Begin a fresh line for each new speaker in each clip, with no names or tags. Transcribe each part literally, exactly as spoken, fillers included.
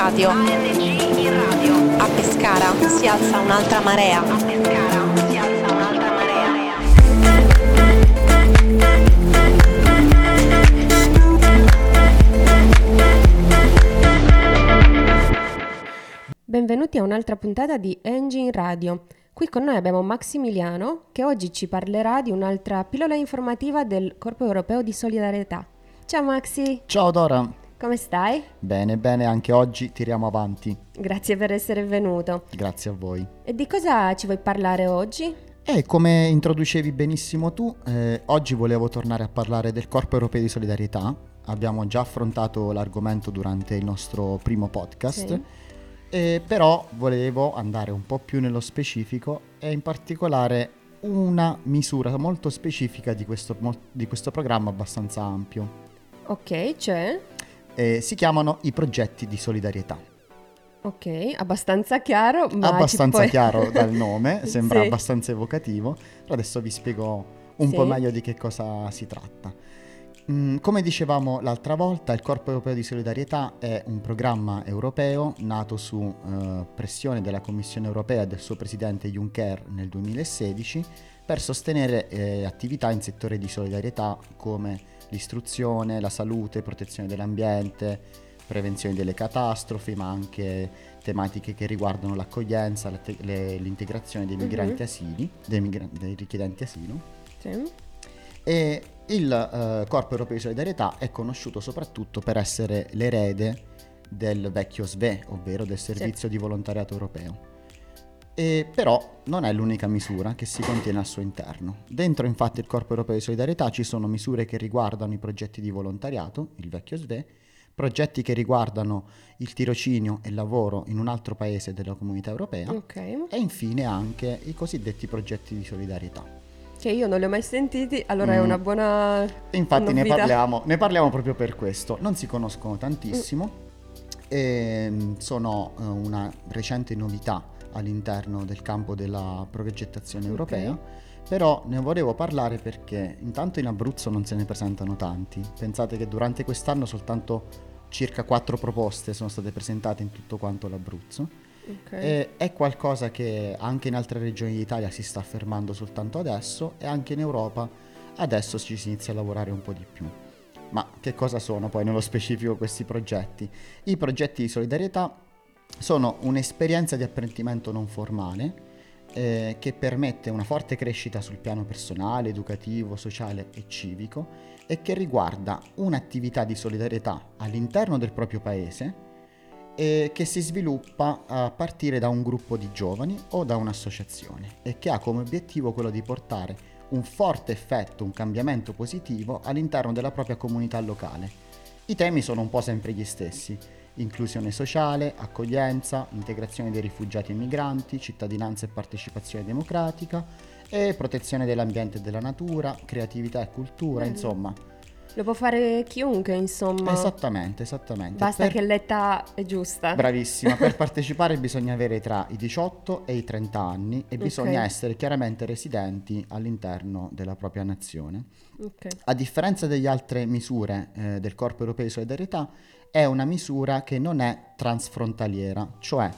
radio. A N G in radio. A Pescara si alza un'altra marea. A Pescara si alza un'altra marea.
Benvenuti a un'altra puntata di A N G in radio. Qui con noi abbiamo Maximiliano che oggi ci parlerà di un'altra pillola informativa del Corpo Europeo di Solidarietà. Ciao Maxi!
Ciao Dora!
Come stai?
Bene, bene, anche oggi tiriamo avanti.
Grazie per essere venuto.
Grazie a voi.
E di cosa ci vuoi parlare oggi?
E come introducevi benissimo tu, eh, oggi volevo tornare a parlare del Corpo Europeo di Solidarietà. Abbiamo già affrontato l'argomento durante il nostro primo podcast.
Sì.
E però volevo andare un po' più nello specifico e in particolare una misura molto specifica di questo, di questo programma abbastanza ampio.
Ok, cioè?
Eh, si chiamano i progetti di solidarietà.
Ok, abbastanza chiaro, ma
abbastanza
puoi...
chiaro dal nome, sembra
Sì.
abbastanza evocativo, però adesso vi spiego un
Sì.
po' meglio di che cosa si tratta. Mm, come dicevamo l'altra volta, il Corpo Europeo di Solidarietà è un programma europeo nato su eh, pressione della Commissione Europea e del suo presidente Juncker nel duemilasedici per sostenere eh, attività in settore di solidarietà come l'istruzione, la salute, protezione dell'ambiente, prevenzione delle catastrofi, ma anche tematiche che riguardano l'accoglienza, la te- le- l'integrazione dei migranti
Mhm.
asili, dei, migra- dei richiedenti asilo.
Sì.
E il eh, Corpo Europeo di Solidarietà è conosciuto soprattutto per essere l'erede del vecchio S V E, ovvero del Servizio di Volontariato Europeo. E però non è l'unica misura che si contiene al suo interno. Dentro infatti il Corpo Europeo di Solidarietà ci sono misure che riguardano i progetti di volontariato, il vecchio S V E, progetti che riguardano il tirocinio e il lavoro in un altro paese della Comunità Europea
Ok.
e infine anche i cosiddetti progetti di solidarietà.
Che io non li ho mai sentiti, allora è
Mm.
una buona
E infatti ne
novità.
parliamo, ne parliamo proprio per questo. Non si conoscono tantissimo e mm, sono eh, una recente novità all'interno del campo della progettazione
Ok.
europea, però ne volevo parlare perché intanto in Abruzzo non se ne presentano tanti. Pensate che durante quest'anno soltanto circa quattro proposte sono state presentate in tutto quanto l'Abruzzo.
Ok.
E è qualcosa che anche in altre regioni d'Italia si sta affermando soltanto adesso e anche in Europa adesso ci si inizia a lavorare un po' di più. Ma che cosa sono poi nello specifico questi progetti? I progetti di solidarietà sono un'esperienza di apprendimento non formale eh, che permette una forte crescita sul piano personale, educativo, sociale e civico e che riguarda un'attività di solidarietà all'interno del proprio paese e che si sviluppa a partire da un gruppo di giovani o da un'associazione e che ha come obiettivo quello di portare un forte effetto, un cambiamento positivo all'interno della propria comunità locale. I temi sono un po' sempre gli stessi: inclusione sociale, accoglienza, integrazione dei rifugiati e migranti, cittadinanza e partecipazione democratica e protezione dell'ambiente e della natura, creatività e cultura,
Bello.
insomma.
Lo può fare chiunque, insomma.
Esattamente, esattamente.
Basta
Per-
che l'età è giusta.
Bravissima, per partecipare bisogna avere tra i diciotto e i trenta anni e bisogna
Ok.
essere chiaramente residenti all'interno della propria nazione.
Ok.
A differenza delle altre misure eh, del Corpo Europeo di Solidarietà, è una misura che non è transfrontaliera, cioè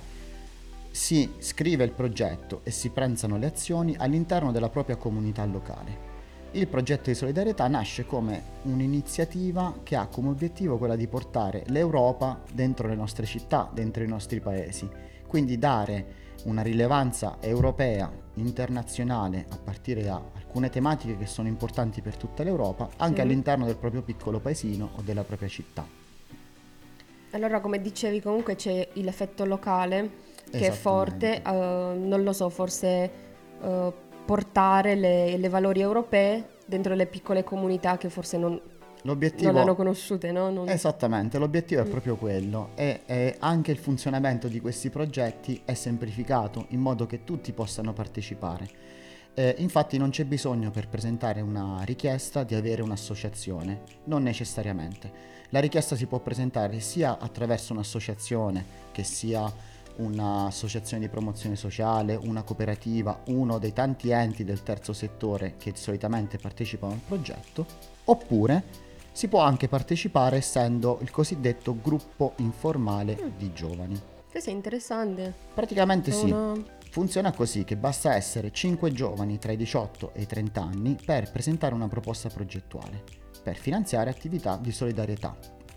si scrive il progetto e si pensano le azioni all'interno della propria comunità locale. Il progetto di solidarietà nasce come un'iniziativa che ha come obiettivo quella di portare l'Europa dentro le nostre città, dentro i nostri paesi, quindi dare una rilevanza europea, internazionale, a partire da alcune tematiche che sono importanti per tutta l'Europa, anche
Sì.
all'interno del proprio piccolo paesino o della propria città.
Allora, come dicevi, comunque c'è l'effetto locale che è forte,
Esattamente.
eh, non lo so, forse eh, portare le, le valori europee dentro le piccole comunità che forse non,
L'obiettivo
non hanno conosciute, no? Non-
Esattamente, l'obiettivo è
Mm.
proprio quello e, e anche il funzionamento di questi progetti è semplificato in modo che tutti possano partecipare. Eh, infatti non c'è bisogno per presentare una richiesta di avere un'associazione, non necessariamente. La richiesta si può presentare sia attraverso un'associazione, che sia un'associazione di promozione sociale, una cooperativa, uno dei tanti enti del terzo settore che solitamente partecipano al progetto, oppure Si può anche partecipare essendo il cosiddetto gruppo informale
Mm.
di giovani.
Questo è interessante.
Praticamente
È
sì.
una-
Funziona così che basta essere cinque giovani tra i diciotto e i trenta anni per presentare una proposta progettuale per finanziare attività di solidarietà.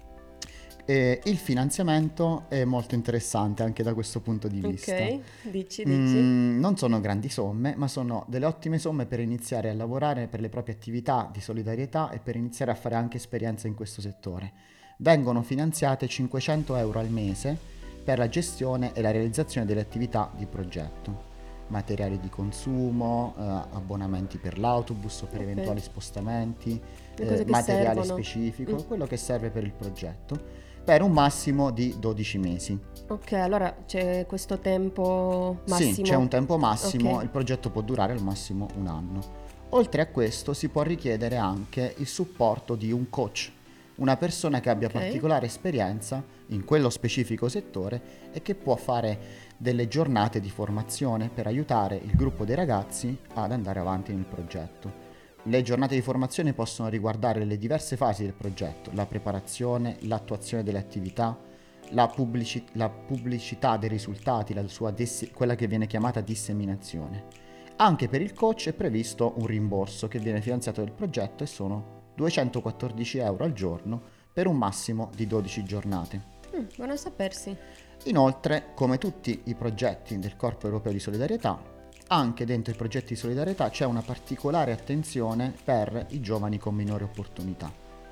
E il finanziamento è molto interessante anche da questo punto di vista.
Ok, dici, dici.
Mm, non sono grandi somme, ma sono delle ottime somme per iniziare a lavorare per le proprie attività di solidarietà e per iniziare a fare anche esperienza in questo settore. Vengono finanziate cinquecento euro al mese per la gestione e la realizzazione delle attività di progetto, materiali di consumo, eh, abbonamenti per l'autobus o per
Ok.
eventuali spostamenti,
Le cose
eh,
che
materiale
servono.
specifico,
Mm.
quello che serve per il progetto, per un massimo di dodici mesi.
Ok, allora c'è questo tempo massimo.
Sì, c'è un tempo massimo,
Ok.
il progetto può durare al massimo un anno. Oltre a questo si può richiedere anche il supporto di un coach, una persona che abbia
Ok.
particolare esperienza in quello specifico settore e che può fare delle giornate di formazione per aiutare il gruppo dei ragazzi ad andare avanti nel progetto. Le giornate di formazione possono riguardare le diverse fasi del progetto, la preparazione, l'attuazione delle attività, la, pubblici- la pubblicità dei risultati, la sua dis- quella che viene chiamata disseminazione. Anche per il coach è previsto un rimborso che viene finanziato dal progetto e sono duecentoquattordici euro al giorno per un massimo di dodici giornate.
Mm, buono a sapersi.
Inoltre, come tutti i progetti del Corpo Europeo di Solidarietà, anche dentro i progetti di solidarietà c'è una particolare attenzione per i giovani con minori opportunità.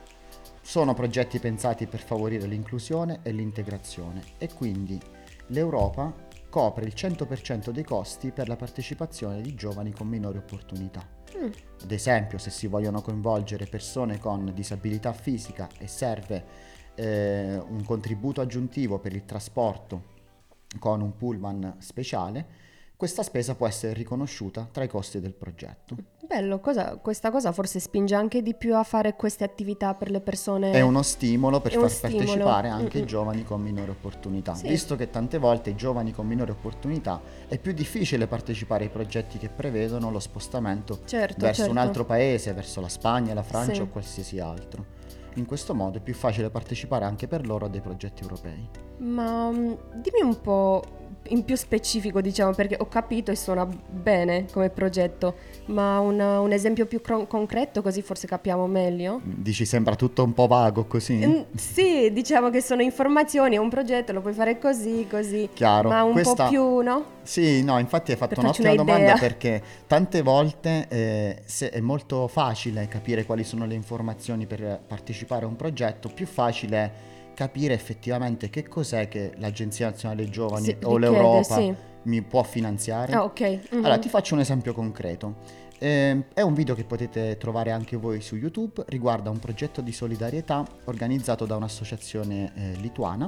Sono progetti pensati per favorire l'inclusione e l'integrazione e quindi l'Europa copre il cento per cento dei costi per la partecipazione di giovani con minori opportunità.
Mm.
Ad esempio, se si vogliono coinvolgere persone con disabilità fisica e serve eh, un contributo aggiuntivo per il trasporto con un pullman speciale, questa spesa può essere riconosciuta tra i costi del progetto.
Bello, cosa- questa cosa forse spinge anche di più a fare queste attività per le persone.
È uno stimolo per
È uno
far
stimolo.
partecipare anche
Mm-mm.
i giovani con minori opportunità,
Sì.
visto che tante volte i giovani con minori opportunità è più difficile partecipare ai progetti che prevedono lo spostamento
Certo,
verso
certo.
un altro paese, verso la Spagna, la Francia
Sì.
o qualsiasi altro. In questo modo è più facile partecipare anche per loro a dei progetti europei.
Ma mm, dimmi un po' in più specifico, diciamo, perché ho capito e suona bene come progetto, ma un, un esempio più cron- concreto così forse capiamo meglio?
Dici, sembra tutto un po' vago così?
Mm, sì, diciamo che sono informazioni, è un progetto, lo puoi fare così, così,
Chiaro.
ma un
Questa-
po' più, no?
Sì, no, infatti hai fatto
Per farci
un'ottima domanda
un'idea.
perché tante volte eh, se è molto facile capire quali sono le informazioni per partecipare a un progetto, più facile capire effettivamente che cos'è che l'Agenzia Nazionale dei Giovani
Sì,
o
richiede,
l'Europa
sì.
mi può finanziare.
Ah, ok. Mhm.
Allora, ti faccio un esempio concreto. Eh, è un video che potete trovare anche voi su YouTube, riguarda un progetto di solidarietà organizzato da un'associazione eh, lituana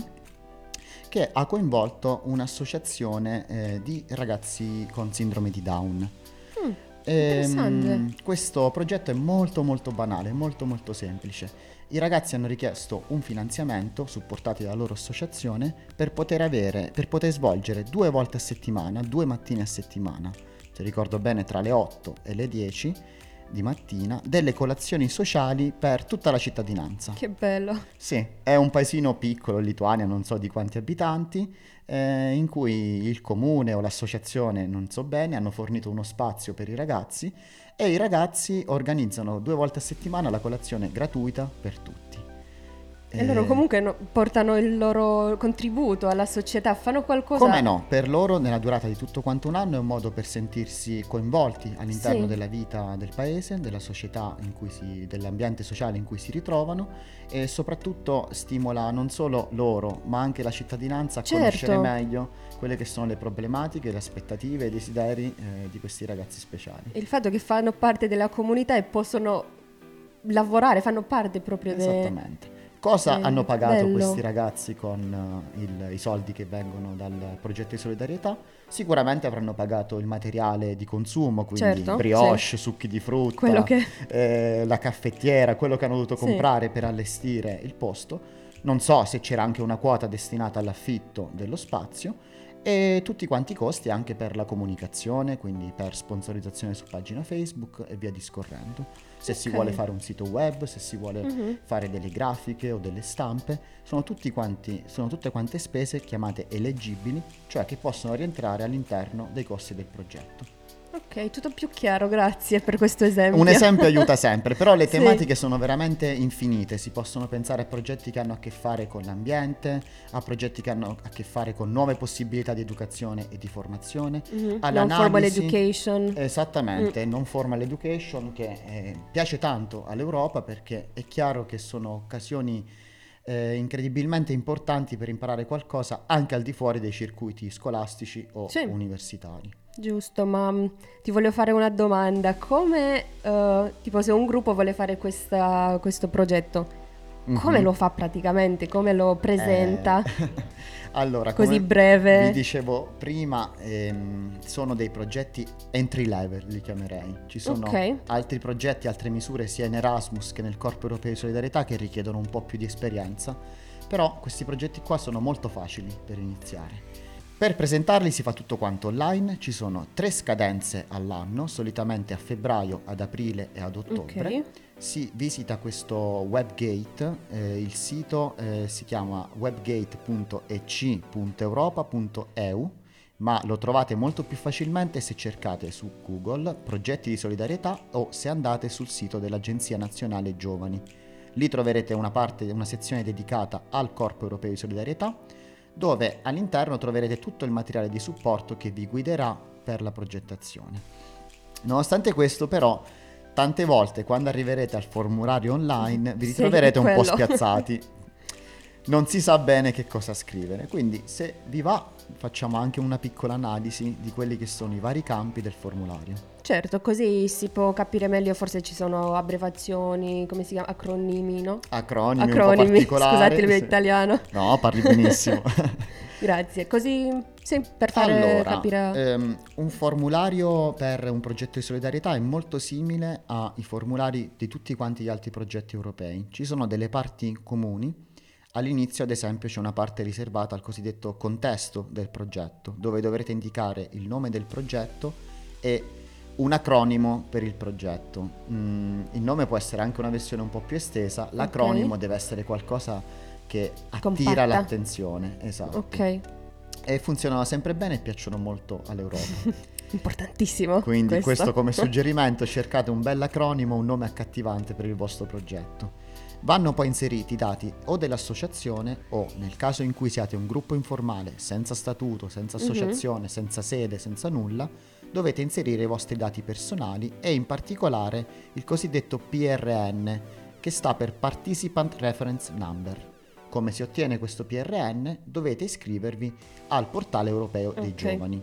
che ha coinvolto un'associazione eh, di ragazzi con sindrome di Down.
Mm,
Ehm,
interessante.
questo progetto è molto molto banale, molto molto semplice. I ragazzi hanno richiesto un finanziamento supportati dalla loro associazione per poter avere, per poter svolgere due volte a settimana, due mattine a settimana, se ricordo bene tra le otto e le dieci di mattina, delle colazioni sociali per tutta la cittadinanza.
Che bello.
Sì, è un paesino piccolo in Lituania, non so di quanti abitanti, eh, in cui il comune o l'associazione, non so bene, hanno fornito uno spazio per i ragazzi e i ragazzi organizzano due volte a settimana la colazione gratuita per tutti.
E loro comunque no- portano il loro contributo alla società, fanno qualcosa.
Come no, per loro nella durata di tutto quanto un anno è un modo per sentirsi coinvolti all'interno
Sì.
della vita del paese, della società in cui si, dell'ambiente sociale in cui si ritrovano e soprattutto stimola non solo loro ma anche la cittadinanza a
Certo.
conoscere meglio quelle che sono le problematiche, le aspettative e i desideri eh, di questi ragazzi speciali.
Il fatto che fanno parte della comunità e possono lavorare, fanno parte proprio de-
Esattamente. Cosa
Eh,
hanno pagato
bello.
questi ragazzi con eh, il- i soldi che vengono dal progetto di solidarietà? Sicuramente avranno pagato il materiale di consumo, quindi
Certo,
brioche,
sì.
succhi di frutta,
Quello che-
eh, la caffettiera, quello che hanno dovuto
Sì.
comprare per allestire il posto. Non so se c'era anche una quota destinata all'affitto dello spazio e tutti quanti i costi anche per la comunicazione, quindi per sponsorizzazione su pagina Facebook e via discorrendo. Se okay. si vuole fare un sito web, se si vuole uh-huh. fare delle grafiche o delle stampe, sono tutti quanti, sono tutte quante spese chiamate eleggibili, cioè che possono rientrare all'interno dei costi del progetto.
Ok, tutto più chiaro, grazie per questo esempio.
Un esempio aiuta sempre, però le tematiche
sì.
sono veramente infinite, si possono pensare a progetti che hanno a che fare con l'ambiente, a progetti che hanno a che fare con nuove possibilità di educazione e di formazione,
mm-hmm. non formal education.
Esattamente, mm. non formal education che eh, piace tanto all'Europa perché è chiaro che sono occasioni eh, incredibilmente importanti per imparare qualcosa anche al di fuori dei circuiti scolastici o sì. universitari.
Giusto, ma um, ti voglio fare una domanda. Come, uh, tipo se un gruppo vuole fare questa, questo progetto, mm-hmm. come lo fa praticamente? Come lo presenta?
Eh, allora,
così
come
breve.
vi dicevo prima, ehm, sono dei progetti entry level, li chiamerei. Ci sono okay. altri progetti, altre misure sia in Erasmus che nel Corpo Europeo di Solidarietà che richiedono un po' più di esperienza, però questi progetti qua sono molto facili per iniziare. Per presentarli si fa tutto quanto online, ci sono tre scadenze all'anno, solitamente a febbraio, ad aprile e ad ottobre. Okay. Si visita questo webgate, eh, il sito eh, si chiama webgate punto e c punto europa punto e u, ma lo trovate molto più facilmente se cercate su Google progetti di solidarietà o se andate sul sito dell'Agenzia Nazionale Giovani. Lì troverete una parte, una sezione dedicata al Corpo Europeo di Solidarietà, dove all'interno troverete tutto il materiale di supporto che vi guiderà per la progettazione. Nonostante questo, però, tante volte quando arriverete al formulario online vi ritroverete sì, un po' spiazzati. Non si sa bene che cosa scrivere, quindi se vi va facciamo anche una piccola analisi di quelli che sono i vari campi del formulario.
Certo, così si può capire meglio, forse ci sono abbreviazioni, come si chiama, acronimi, no?
Acronimi,
acronimi
un po' particolari.
Scusate il mio
sì.
italiano.
No, parli benissimo.
Grazie, così sì, per fare
allora,
capire...
Ehm, un formulario per un progetto di solidarietà è molto simile ai formulari di tutti quanti gli altri progetti europei. Ci sono delle parti comuni. All'inizio, ad esempio, c'è una parte riservata al cosiddetto contesto del progetto, dove dovrete indicare il nome del progetto e un acronimo per il progetto. Mm, il nome può essere anche una versione un po' più estesa, l'acronimo okay. deve essere qualcosa che attira Compatta. l'attenzione. Esatto.
Ok.
E funzionano sempre bene e piacciono molto all'Europa.
Importantissimo.
Quindi
questo.
questo come suggerimento, cercate un bel acronimo, un nome accattivante per il vostro progetto. Vanno poi inseriti i dati o dell'associazione o, nel caso in cui siate un gruppo informale, senza statuto, senza associazione, mm-hmm. senza sede, senza nulla, dovete inserire i vostri dati personali e in particolare il cosiddetto P R N, che sta per Participant Reference Number. Come si ottiene questo P R N? Dovete iscrivervi al portale europeo okay. dei giovani.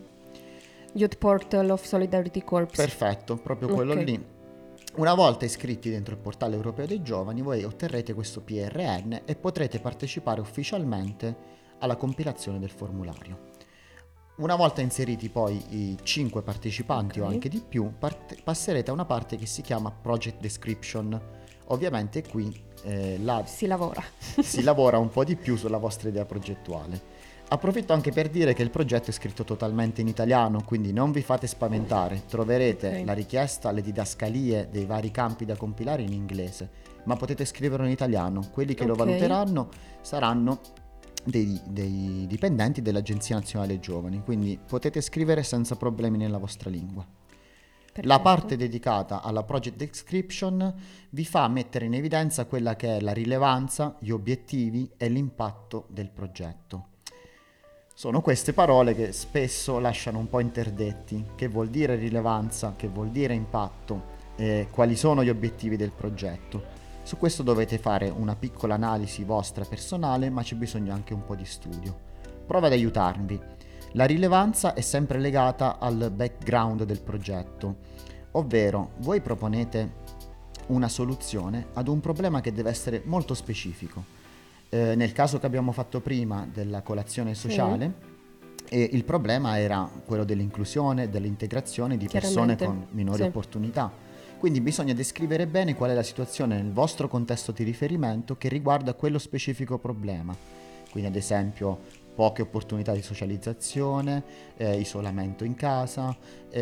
Youth Portal of Solidarity Corps.
Perfetto, proprio quello okay. lì. Una volta iscritti dentro il portale europeo dei giovani, voi otterrete questo P R N e potrete partecipare ufficialmente alla compilazione del formulario. Una volta inseriti poi i cinque partecipanti okay. o anche di più, part- passerete a una parte che si chiama Project Description. Ovviamente qui eh, la-
si lavora.
si lavora un po' di più sulla vostra idea progettuale. Approfitto anche per dire che il progetto è scritto totalmente in italiano, quindi non vi fate spaventare, troverete okay. la richiesta, le didascalie dei vari campi da compilare in inglese, ma potete scriverlo in italiano. Quelli che okay. lo valuteranno saranno dei, dei dipendenti dell'Agenzia Nazionale Giovani, quindi potete scrivere senza problemi nella vostra lingua. Perfetto. La parte dedicata alla project description vi fa mettere in evidenza quella che è la rilevanza, gli obiettivi e l'impatto del progetto. Sono queste parole che spesso lasciano un po' interdetti. Che vuol dire rilevanza? Che vuol dire impatto? Eh, quali sono gli obiettivi del progetto? Su questo dovete fare una piccola analisi vostra personale, ma c'è bisogno anche un po' di studio. Provo ad aiutarvi. La rilevanza è sempre legata al background del progetto, ovvero voi proponete una soluzione ad un problema che deve essere molto specifico. Eh, nel caso che abbiamo fatto prima della colazione sociale, sì. eh, il problema era quello dell'inclusione, dell'integrazione di persone con minori sì. opportunità. Quindi bisogna descrivere bene qual è la situazione nel vostro contesto di riferimento che riguarda quello specifico problema. Quindi ad esempio poche opportunità di socializzazione, eh, isolamento in casa,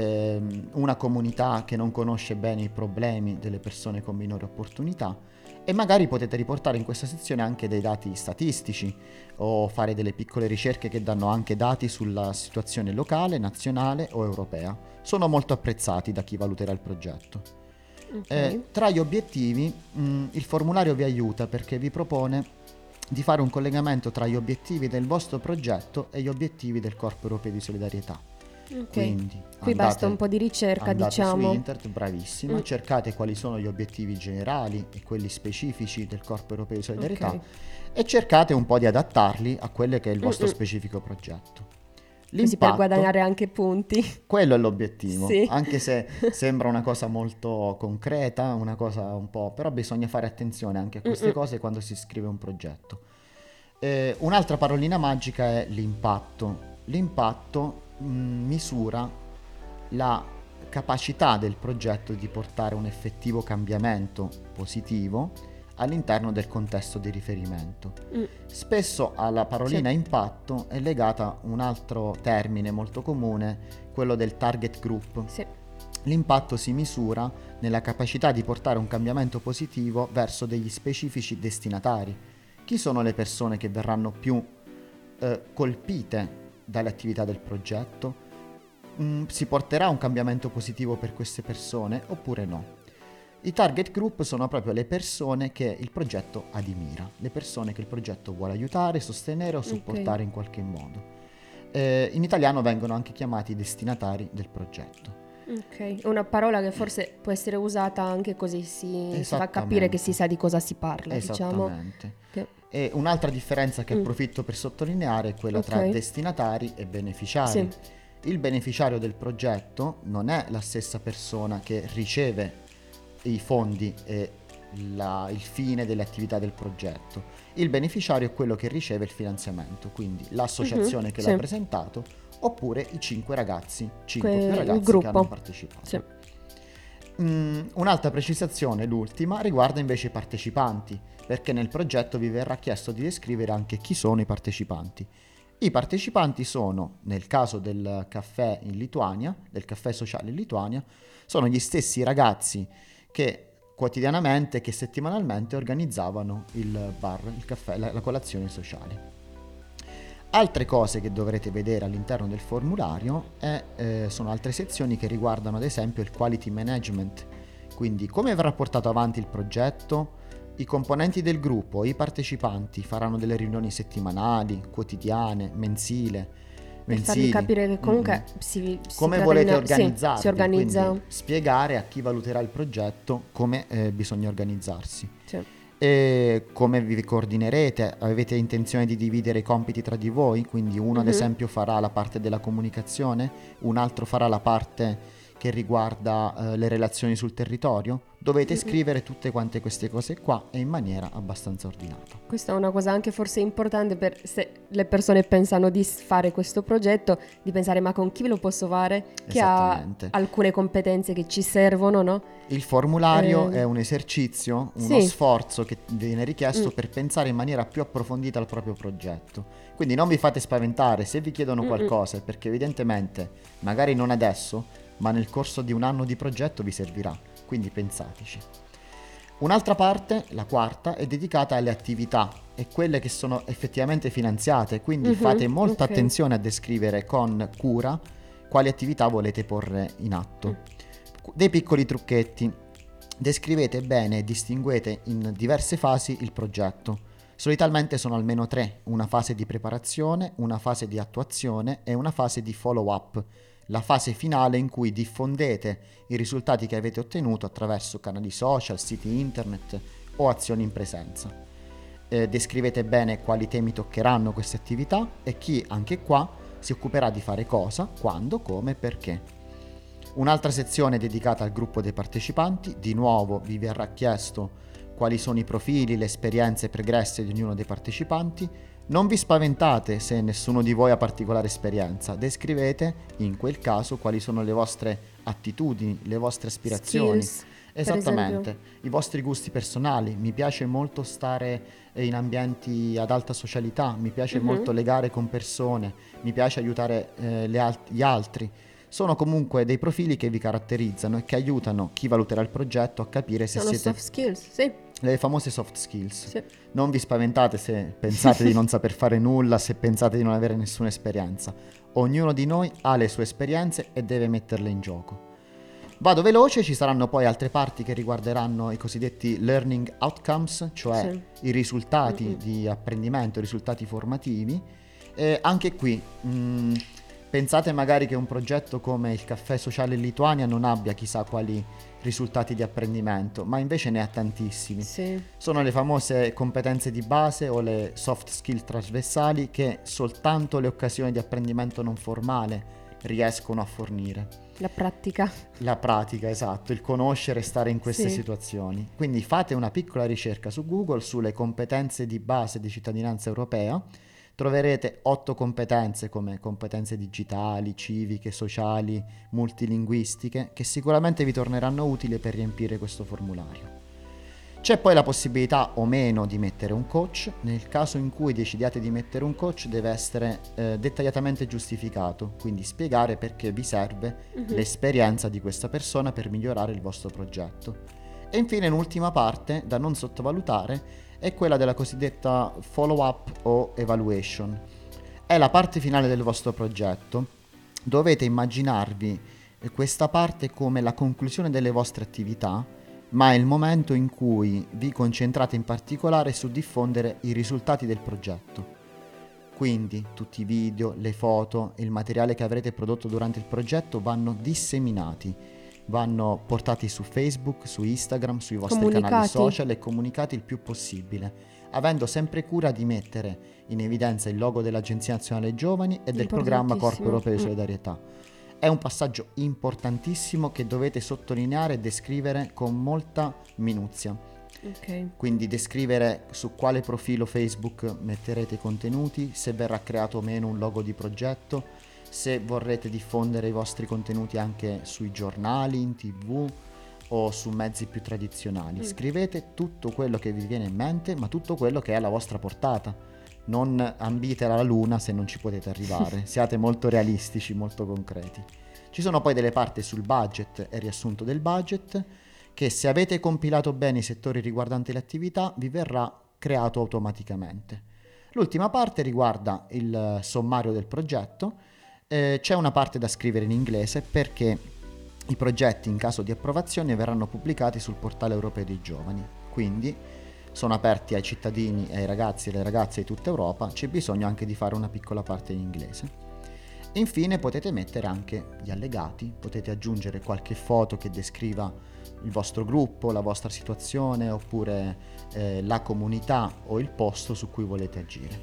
ehm, una comunità che non conosce bene i problemi delle persone con minori opportunità, e magari potete riportare in questa sezione anche dei dati statistici o fare delle piccole ricerche che danno anche dati sulla situazione locale, nazionale o europea. Sono molto apprezzati da chi valuterà il progetto.
Okay.
Eh, tra gli obiettivi, mh, il formulario vi aiuta perché vi propone di fare un collegamento tra gli obiettivi del vostro progetto e gli obiettivi del Corpo Europeo di Solidarietà.
Ok.
Quindi
Qui
andate-
basta un po' di ricerca,
andate
diciamo.
su internet, bravissima,
Mm.
cercate quali sono gli obiettivi generali e quelli specifici del Corpo Europeo di Solidarietà
Ok.
e cercate un po' di adattarli a quello che è il vostro
Mm-mm.
specifico progetto.
Così per
L'impatto,
guadagnare anche punti.
quello è l'obiettivo,
Sì.
anche se sembra una cosa molto concreta, una cosa un po', però bisogna fare attenzione anche a queste
Mm-mm.
cose quando si scrive un progetto. Eh, un'altra parolina magica è l'impatto. L'impatto mh, misura la capacità del progetto di portare un effettivo cambiamento positivo all'interno del contesto di riferimento.
Mm.
Spesso alla parolina
Sì.
impatto è legata un altro termine molto comune, quello del target group.
Sì.
L'impatto si misura nella capacità di portare un cambiamento positivo verso degli specifici destinatari. Chi sono le persone che verranno più eh, colpite dalle attività del progetto? Mm, si porterà un cambiamento positivo per queste persone oppure no? I target group sono proprio le persone che il progetto ha di mira, le persone che il progetto vuole aiutare, sostenere o supportare in qualche modo. Eh, in italiano vengono anche chiamati destinatari del progetto.
Ok, una parola che forse può essere usata anche così si, si fa capire
Esattamente.
che si sa di cosa si parla, diciamo.
Esattamente.
Che-
E un'altra differenza che
Mm.
approfitto per sottolineare è quella tra
Ok.
destinatari e beneficiari.
Sì.
Il beneficiario del progetto non è la stessa persona che riceve i fondi e la- il fine delle attività del progetto. Il beneficiario è quello che riceve il finanziamento, quindi l'associazione
Mhm,
che
sì.
l'ha presentato oppure i cinque ragazzi, cinque
Que-
più
il
ragazzi che
gruppo.
hanno partecipato.
Sì.
Mm, un'altra precisazione, l'ultima, riguarda invece i partecipanti, perché nel progetto vi verrà chiesto di descrivere anche chi sono i partecipanti. I partecipanti sono, nel caso del caffè in Lituania, del caffè sociale in Lituania, sono gli stessi ragazzi che quotidianamente, che settimanalmente organizzavano il bar, il caffè, la, la colazione sociale. Altre cose che dovrete vedere all'interno del formulario è, eh, sono altre sezioni che riguardano ad esempio il quality management, quindi come verrà portato avanti il progetto, i componenti del gruppo, i partecipanti faranno delle riunioni settimanali, quotidiane, mensile,
Per fargli
mensili.
capire che comunque
Mm-mm.
si, si
Come
tratta
volete
di una- sì,
organizzarvi,
si organizza.
quindi spiegare a chi valuterà il progetto come eh, bisogna organizzarsi.
Sì.
E come vi coordinerete? Avete intenzione di dividere i compiti tra di voi? Quindi uno ad
Mhm.
esempio farà la parte della comunicazione, un altro farà la parte che riguarda eh, le relazioni sul territorio? Dovete
Mhm.
scrivere tutte quante queste cose qua e in maniera abbastanza ordinata.
Questa è una cosa anche forse importante per se le persone pensano di s- fare questo progetto, di pensare ma con chi lo posso fare? Che ha
Esattamente.
alcune competenze che ci servono, no?
Il formulario
Eh,
è un esercizio, uno
sì.
sforzo che viene richiesto
Mm.
per pensare in maniera più approfondita al proprio progetto. Quindi non vi fate spaventare, se vi chiedono
Mm-mm.
qualcosa è perché evidentemente, magari non adesso, ma nel corso di un anno di progetto vi servirà, quindi pensateci. Un'altra parte, la quarta, è dedicata alle attività e quelle che sono effettivamente finanziate, quindi
Mhm,
fate molta
ok.
attenzione a descrivere con cura quali attività volete porre in atto.
Mm.
Dei piccoli trucchetti. Descrivete bene e distinguete in diverse fasi il progetto. Solitamente sono almeno tre, una fase di preparazione, una fase di attuazione e una fase di follow-up, la fase finale in cui diffondete i risultati che avete ottenuto attraverso canali social, siti internet o azioni in presenza. Eh, descrivete bene quali temi toccheranno queste attività e chi, anche qua, si occuperà di fare cosa, quando, come e perché. Un'altra sezione dedicata al gruppo dei partecipanti, di nuovo vi verrà chiesto quali sono i profili, le esperienze pregresse di ognuno dei partecipanti. Non vi spaventate se nessuno di voi ha particolare esperienza, descrivete in quel caso quali sono le vostre attitudini, le vostre aspirazioni.
Skills.
Esattamente, i vostri gusti personali. Mi piace molto stare in ambienti ad alta socialità, mi piace
Mhm.
molto legare con persone, mi piace aiutare eh, le al- gli altri. Sono comunque dei profili che vi caratterizzano e che aiutano chi valuterà il progetto a capire se
Sono
siete
soft skills, sì.
le famose soft skills.
Sì.
Non vi spaventate se pensate di non saper fare nulla, se pensate di non avere nessuna esperienza. Ognuno di noi ha le sue esperienze e deve metterle in gioco. Vado veloce, ci saranno poi altre parti che riguarderanno i cosiddetti learning outcomes, cioè
Sì.
i risultati
Mm-mm.
di apprendimento, i risultati formativi. E anche qui, mh, pensate magari che un progetto come il Caffè Sociale in Lituania non abbia chissà quali risultati di apprendimento, ma invece ne ha tantissimi.
Sì.
Sono le famose competenze di base o le soft skill trasversali che soltanto le occasioni di apprendimento non formale riescono a fornire.
La pratica.
La pratica, esatto, il conoscere e stare in queste
Sì.
situazioni. Quindi fate una piccola ricerca su Google sulle competenze di base di cittadinanza europea. Troverete otto competenze come competenze digitali, civiche, sociali, multilinguistiche, che sicuramente vi torneranno utili per riempire questo formulario. C'è poi la possibilità o meno di mettere un coach. Nel caso in cui decidiate di mettere un coach deve essere eh, dettagliatamente giustificato, quindi spiegare perché vi serve
Mhm.
l'esperienza di questa persona per migliorare il vostro progetto. E infine un'ultima parte da non sottovalutare è quella della cosiddetta follow up o evaluation. È la parte finale del vostro progetto. Dovete immaginarvi eh, questa parte come la conclusione delle vostre attività, ma è il momento in cui vi concentrate in particolare su diffondere i risultati del progetto. Quindi tutti i video, le foto e il materiale che avrete prodotto durante il progetto vanno disseminati, vanno portati su Facebook, su Instagram, sui vostri canali
Comunicati.
social e comunicati il più possibile, avendo sempre cura di mettere in evidenza il logo dell'Agenzia Nazionale Giovani e del programma Corpo
Importantissimo.
Europeo di
Mm.
Solidarietà. È un passaggio importantissimo che dovete sottolineare e descrivere con molta minuzia.
Ok.
Quindi descrivere su quale profilo Facebook metterete i contenuti, se verrà creato o meno un logo di progetto, se vorrete diffondere i vostri contenuti anche sui giornali, in tv o su mezzi più tradizionali.
Mm.
Scrivete tutto quello che vi viene in mente, ma tutto quello che è alla vostra portata. Non ambite alla luna se non ci potete arrivare. Siate molto realistici, molto concreti. Ci sono poi delle parti sul budget e riassunto del budget che, se avete compilato bene i settori riguardanti le attività, vi verrà creato automaticamente. L'ultima parte riguarda il sommario del progetto. Eh, c'è una parte da scrivere in inglese perché i progetti in caso di approvazione verranno pubblicati sul portale europeo dei giovani, quindi sono aperti ai cittadini e ai ragazzi e alle ragazze di tutta Europa. C'è bisogno anche di fare una piccola parte in inglese. Infine potete mettere anche gli allegati, potete aggiungere qualche foto che descriva il vostro gruppo, la vostra situazione, oppure eh, la comunità o il posto su cui volete agire.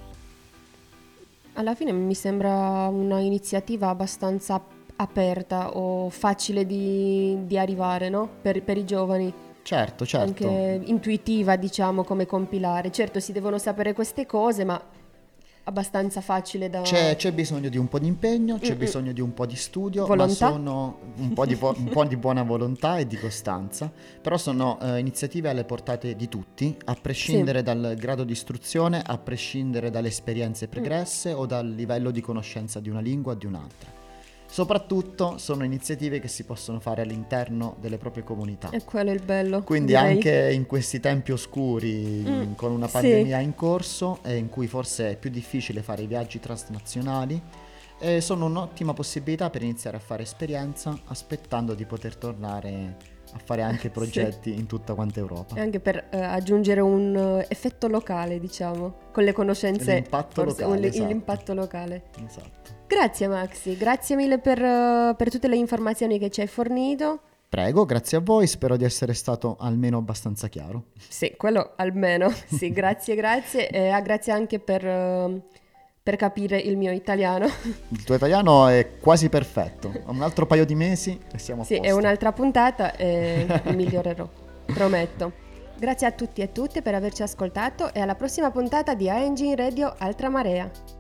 Alla fine mi sembra una iniziativa abbastanza aperta o facile di, di arrivare, no? Per, per i giovani.
Certo, certo.
Anche intuitiva, diciamo, come compilare. Certo, si devono sapere queste cose, ma abbastanza facile da...
C'è, c'è bisogno di un po' di impegno, c'è
Mm-mm.
bisogno di un po' di studio,
Volontà.
ma sono un po' di, vo- un po' di buona volontà e di costanza, però sono eh, iniziative alle portate di tutti, a prescindere dal grado di istruzione, a prescindere dalle esperienze pregresse o dal livello di conoscenza di una lingua o di un'altra. Soprattutto sono iniziative che si possono fare all'interno delle proprie comunità.
E quello è il bello.
Quindi
direi.
anche in questi tempi oscuri,
Mm,
con una
sì.
pandemia in corso e in cui forse è più difficile fare i viaggi transnazionali, eh, sono un'ottima possibilità per iniziare a fare esperienza, aspettando di poter tornare a fare anche progetti in tutta quanta Europa.
E anche per eh, aggiungere un eh, effetto locale, diciamo, con le conoscenze.
L'impatto
forse,
locale,
un-
esatto.
l'impatto locale.
Esatto.
Grazie Maxi, grazie mille per, eh, per tutte le informazioni che ci hai fornito.
Prego, grazie a voi, spero di essere stato almeno abbastanza chiaro.
Sì, quello almeno. Sì, grazie, grazie. E ah, grazie anche per, eh, per capire il mio italiano.
Il tuo italiano è quasi perfetto, un altro paio di mesi e siamo a
Sì,
posto.
è un'altra puntata e migliorerò, prometto. Grazie a tutti e tutte per averci ascoltato e alla prossima puntata di Engine Radio Altra Marea.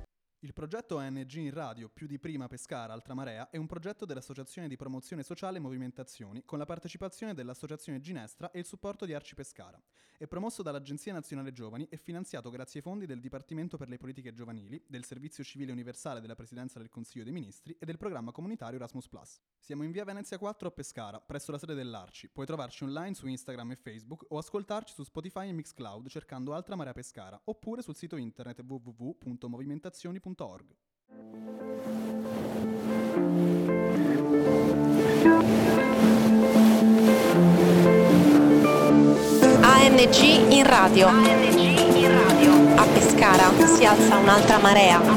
Il progetto A N G in radio, più di prima Pescara, altra marea, è un progetto dell'Associazione di Promozione Sociale Movimentazioni con la partecipazione dell'Associazione Ginestra e il supporto di Arci Pescara. È promosso dall'Agenzia Nazionale Giovani e finanziato grazie ai fondi del Dipartimento per le Politiche Giovanili, del Servizio Civile Universale della Presidenza del Consiglio dei Ministri e del programma comunitario Erasmus plus. Siamo in via Venezia quattro a Pescara, presso la sede dell'Arci. Puoi trovarci online su Instagram e Facebook o ascoltarci su Spotify e Mixcloud cercando Altra Marea Pescara, oppure sul sito internet w w w punto movimentazioni punto org.
A N G in radio. A N G in radio. A Pescara si alza un'altra marea.